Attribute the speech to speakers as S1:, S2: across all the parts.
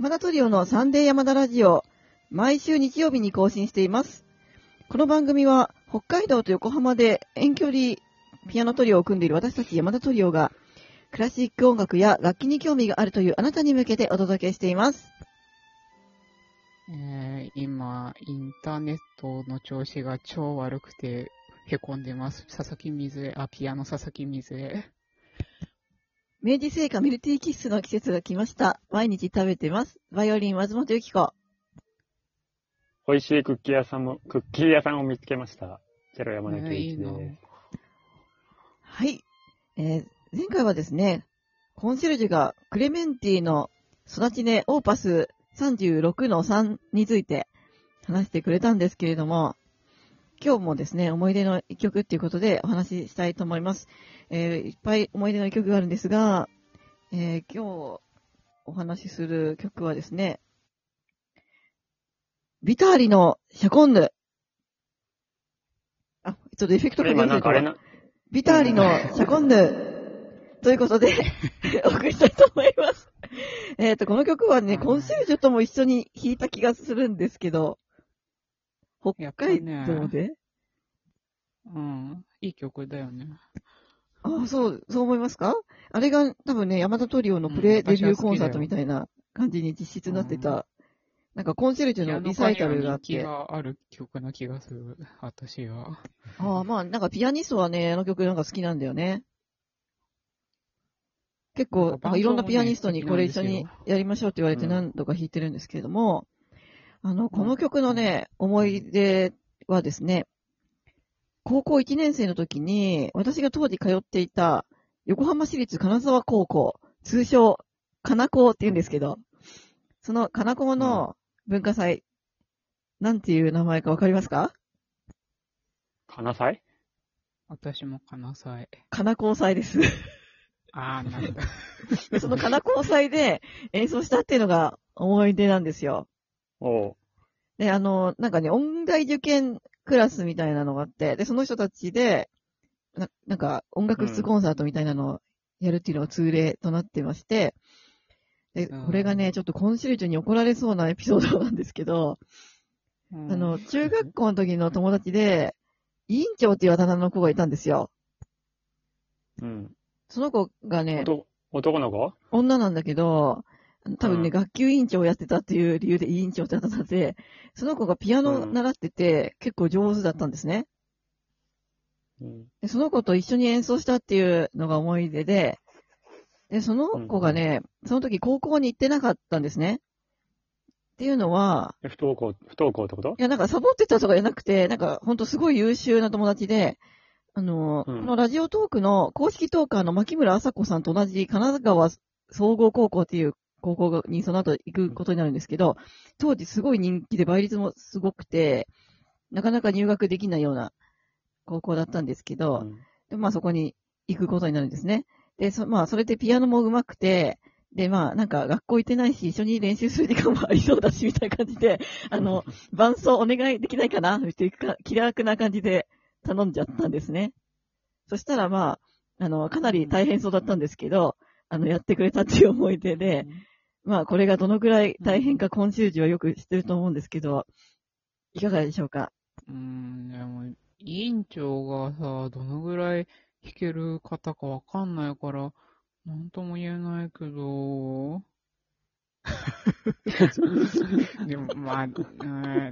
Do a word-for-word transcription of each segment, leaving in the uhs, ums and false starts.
S1: 山田トリオのサンデー山田ラジオ、毎週日曜日に更新しています。この番組は北海道と横浜で遠距離ピアノトリオを組んでいる私たち山田トリオがクラシック音楽や楽器に興味があるというあなたに向けてお届けしています。
S2: えー、今、インターネットの調子が超悪くてへこんでます。佐々木水江、あ、ピアノ佐々木水江。
S1: 明治製菓ミルティーキッスの季節が来ました。毎日食べてます。バイオリン松本由紀子。
S3: 美味しいクッキー屋さんも、クッキー屋さんを見つけました。チェロ山根圭一です。
S2: いいな。
S1: はい、えー。前回はですね、コンシェルジュがクレメンティのソナチネオーパス さんじゅうろくのさん について話してくれたんですけれども、今日もですね、思い出の一曲っていうことでお話ししたいと思います。えー、いっぱい思い出の一曲があるんですが、えー、今日お話しする曲はですね、ビターリのシャコンヌ。あ、ちょっとエフェクトかけますね。ビターリのシャコンヌということでお送りしたいと思います。えっと、この曲はね、コンシェルジュとも一緒に弾いた気がするんですけど、北海道で、ね、
S2: うん、いい曲だよね。
S1: ああ、そう、そう思いますか？あれが多分ね、山田トリオのプレデビューコンサートみたいな感じに実質になってた、うん、なんかコンシェルジュのリサイタルがあって。
S2: 人気がある曲な気がする、私は。
S1: ああ、まあ、なんかピアニストはね、あの曲なんか好きなんだよね。結構、ね、いろんなピアニストにこれ一緒にやりましょうって言われて何度か弾いてるんですけれども、うん、あの、この曲のね、思い出はですね、高校いちねん生の時に、私が当時通っていた横浜市立金沢高校、通称、金高って言うんですけど、その金高の文化祭、うん、なんていう名前かわかりますか？
S3: 金祭？
S2: 私も金祭。
S1: 金高祭です。
S2: ああ、なんだ。
S1: その金高祭で演奏したっていうのが思い出なんですよ。
S3: おう。
S1: で、あの、なんかね、音大受験クラスみたいなのがあって、で、その人たちで、な, なんか音楽室コンサートみたいなのをやるっていうのが通例となってまして、で、これがね、ちょっとコンシェルジュに怒られそうなエピソードなんですけど、あの、中学校の時の友達で、委員長っていうあだ名の子がいたんですよ。
S3: うん。
S1: その子がね、
S3: 男の子？
S1: 女なんだけど、多分ね、うん、学級委員長をやってたっていう理由で委員長ってあだ名で、その子がピアノを習ってて、うん、結構上手だったんですね。うん、でその子と一緒に演奏したっていうのが思い出で、で、その子がね、うん、その時高校に行ってなかったんですね。っていうのは、
S3: 不登校、不登校ってこと？
S1: いや、なんかサボってたとかじゃなくて、なんかほんとすごい優秀な友達で、あの、うん、このラジオトークの公式トーカーの牧村麻子さんと同じ金沢総合高校っていう高校にその後行くことになるんですけど、当時すごい人気で倍率もすごくて、なかなか入学できないような高校だったんですけど、うん、でまあそこに行くことになるんですね。で、そまあそれでピアノも上手くて、でまあなんか学校行ってないし、一緒に練習する時間もありそうだし、みたいな感じで、あの、伴奏お願いできないかなっていうか、気楽な感じで頼んじゃったんですね。そしたらまあ、あの、かなり大変そうだったんですけど、あの、やってくれたっていう思い出で、まあ、これがどのくらい大変かコンシェルジュはよく知ってると思うんですけど、いかがでしょうか？
S2: うーん、でも、委員長がさ、どのぐらい弾ける方かわかんないから、なんとも言えないけど、でも、まあ、うん、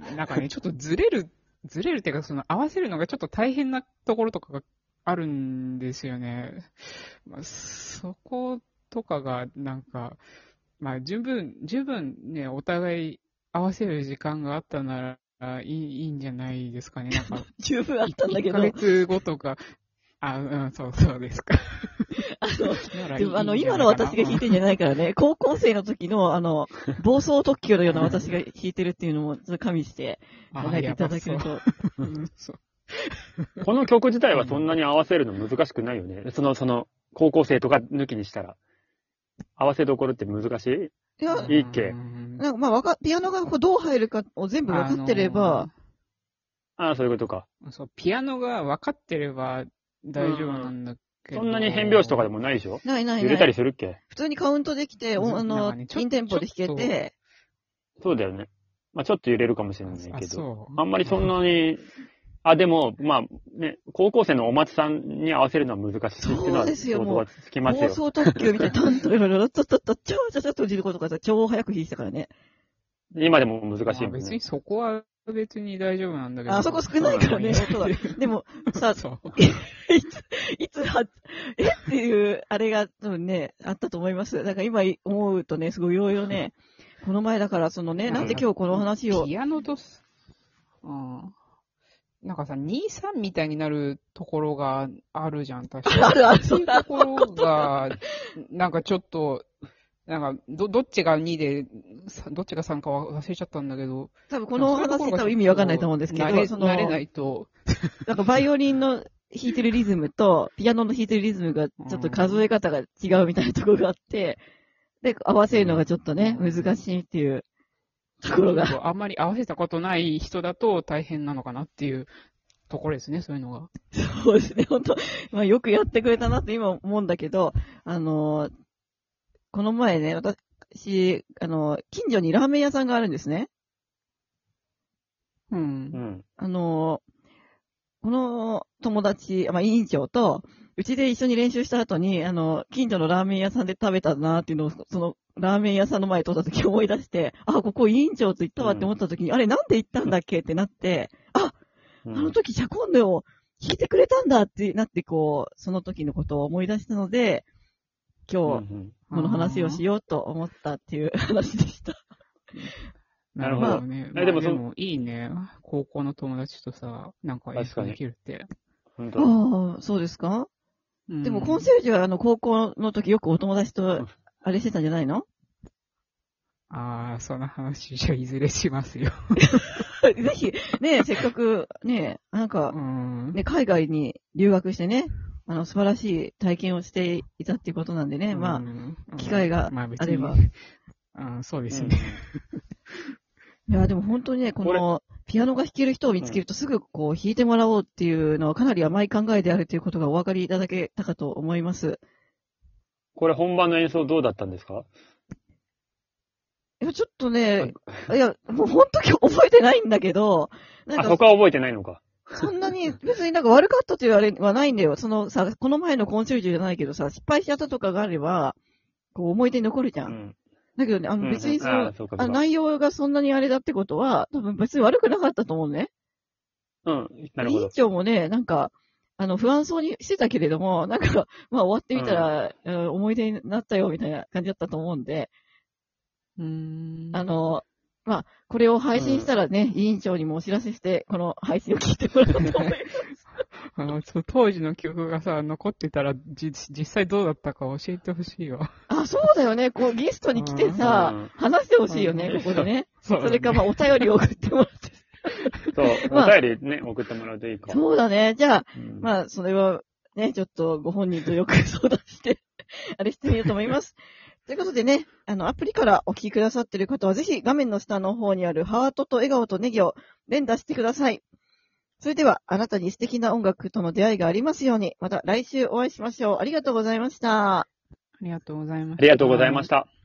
S2: なんかね、ちょっとずれる、ずれるっていうか、その合わせるのがちょっと大変なところとかがあるんですよね。まあ、そことかが、なんか、まあ、十分、十分ね、お互い合わせる時間があったならいい、いいんじゃないですかね。なんか、
S1: 十分あったんだけど。
S2: いっかげつごとか、あ、うん、そうそうですか。
S1: あの、でもあの、今の私が弾いてんじゃないからね、高校生の時の、あの、暴走特急のような私が弾いてるっていうのも、ちょっと加味して、考えていただけると。
S3: この曲自体はそんなに合わせるの難しくないよね。その、その、高校生とか抜きにしたら。合わせどころって難しい？
S1: いや、
S3: いいっけ？
S1: なんかまあわか、ピアノがどう入るかを全部分かってれば。
S3: あ, ああ、そういうことか。
S2: そう、ピアノが分かってれば大丈夫なんだけど。
S3: そんなに変拍子とかでもないでしょ？
S1: ないないない。
S3: 揺れたりするっけ？
S1: 普通にカウントできて、あの、インテンポで弾けて、
S3: そうだよね。まあちょっと揺れるかもしれないけ
S2: あ、
S3: ど、
S2: そう。
S3: あんまりそんなに、あ、でも、まあね、高校生のお松さんに合わせるのは難しいっていうのは
S1: そうですよ
S3: 想像がつきますよ。
S1: 妄想特急みたいに、タントレラララッタッタッタッチャーチャチャッと落ちることがさ、超早く弾いてたからね。
S3: 今でも難しい
S2: まあ
S3: もんね。
S2: 別にそこは別に大丈夫なんだけど。
S1: あそこ少ないからね、音は。でも、さ、
S2: そう。
S1: いつ、いつは、えっていう、あれが多分ね、あったと思います。だから今思うとね、すごいいろいろね、この前だからそのね、なんで今日この話を。
S2: ピアノとす、うん。なんかさ、に、さんみたいになるところがあるじゃん、確かに。
S1: あるある、
S2: そういうところが、なんかちょっと、なんか、ど、どっちがにで、さどっちがさんかは忘れちゃったんだけど。
S1: 多分この話多分意味わかんないと思うんですけど、
S2: 慣れ
S1: その
S2: 慣れないと。
S1: なんかバイオリンの弾いてるリズムと、ピアノの弾いてるリズムがちょっと数え方が違うみたいなところがあって、で、合わせるのがちょっとね、
S2: うん
S1: 難しいっていうところが。
S2: あんまり合わせたことない人だと大変なのかなっていうところですね、そういうのが。
S1: そうですね、本当まあよくやってくれたなって今思うんだけど、あの、この前ね、私、あの、近所にラーメン屋さんがあるんですね。
S2: うん。
S3: うん。
S1: あの、この友達、まあ、委員長と、うちで一緒に練習した後に、あの、近所のラーメン屋さんで食べたなっていうのを、その、ラーメン屋さんの前に通った時思い出して、あ、ここ委員長と行ったわって思った時に、うん、あれなんで行ったんだっけってなって、あ、うん、あの時シャコンヌを弾いてくれたんだってなって、こう、その時のことを思い出したので、今日、この話をしようと思ったっていう話でした。
S2: なるほどね。まあ、でも、でもいいね。高校の友達とさ、なんか演奏できるって。
S1: 本当。ああ、そうですか、うん、でも、コンシェルジュはあの、高校の時よくお友達と、あれしてたんじゃないの？
S2: ああ、その話じゃいずれしますよ。
S1: ぜひ、ね、せっかく、ね、なんか、ね、海外に留学してね、あの、素晴らしい体験をしていたっていうことなんでね、まあ、機会があれば。
S2: まあ、うん、そうですね。
S1: いや、でも本当にね、この、ピアノが弾ける人を見つけるとすぐこう弾いてもらおうっていうのはかなり甘い考えであるということがお分かりいただけたかと思います。
S3: これ本番の演奏どうだったんですか？
S1: いや、ちょっとね、いや、もう本当に覚えてないんだけど、
S3: なんかあ、そこは覚えてないのか。
S1: そんなに、別になんか悪かったというあれはないんだよ。そのさ、この前のコンシェルジュじゃないけどさ、失敗しちゃったとかがあれば、こう思い出に残るじゃん。うん、だけどね、あの別にその、うんうん、ああ内容がそんなにあれだってことは、多分別に悪くなかったと思うね。
S3: うん、なるほど。
S1: 委員長もね、なんか、あの、不安そうにしてたけれども、なんか、まあ終わってみたら、うん、思い出になったよ、みたいな感じだったと思うんで、
S2: うーん
S1: あの、まあ、これを配信したらね、うん、委員長にもお知らせして、この配信を聞いてもらおうと思います。
S2: あの当時の記憶がさ、残ってたら、じ、実際どうだったか教えてほしいわ。
S1: あ、そうだよね。こう、ゲストに来てさ、うん、話してほしいよね、ここでね。そう、それか、まあ、お便りを送ってもらって。
S3: そう、まあ、お便りね、送ってもらうといいか。
S1: そうだね。じゃあ、うん、まあ、それは、ね、ちょっとご本人とよく相談して、あれしてみようと思います。ということでね、あの、アプリからお聞きくださっている方は、ぜひ画面の下の方にあるハートと笑顔とネギを連打してください。それでは、あなたに素敵な音楽との出会いがありますように、また来週お会いしましょう。ありがとうございました。
S2: ありがとうございました。
S3: ありがとうございました。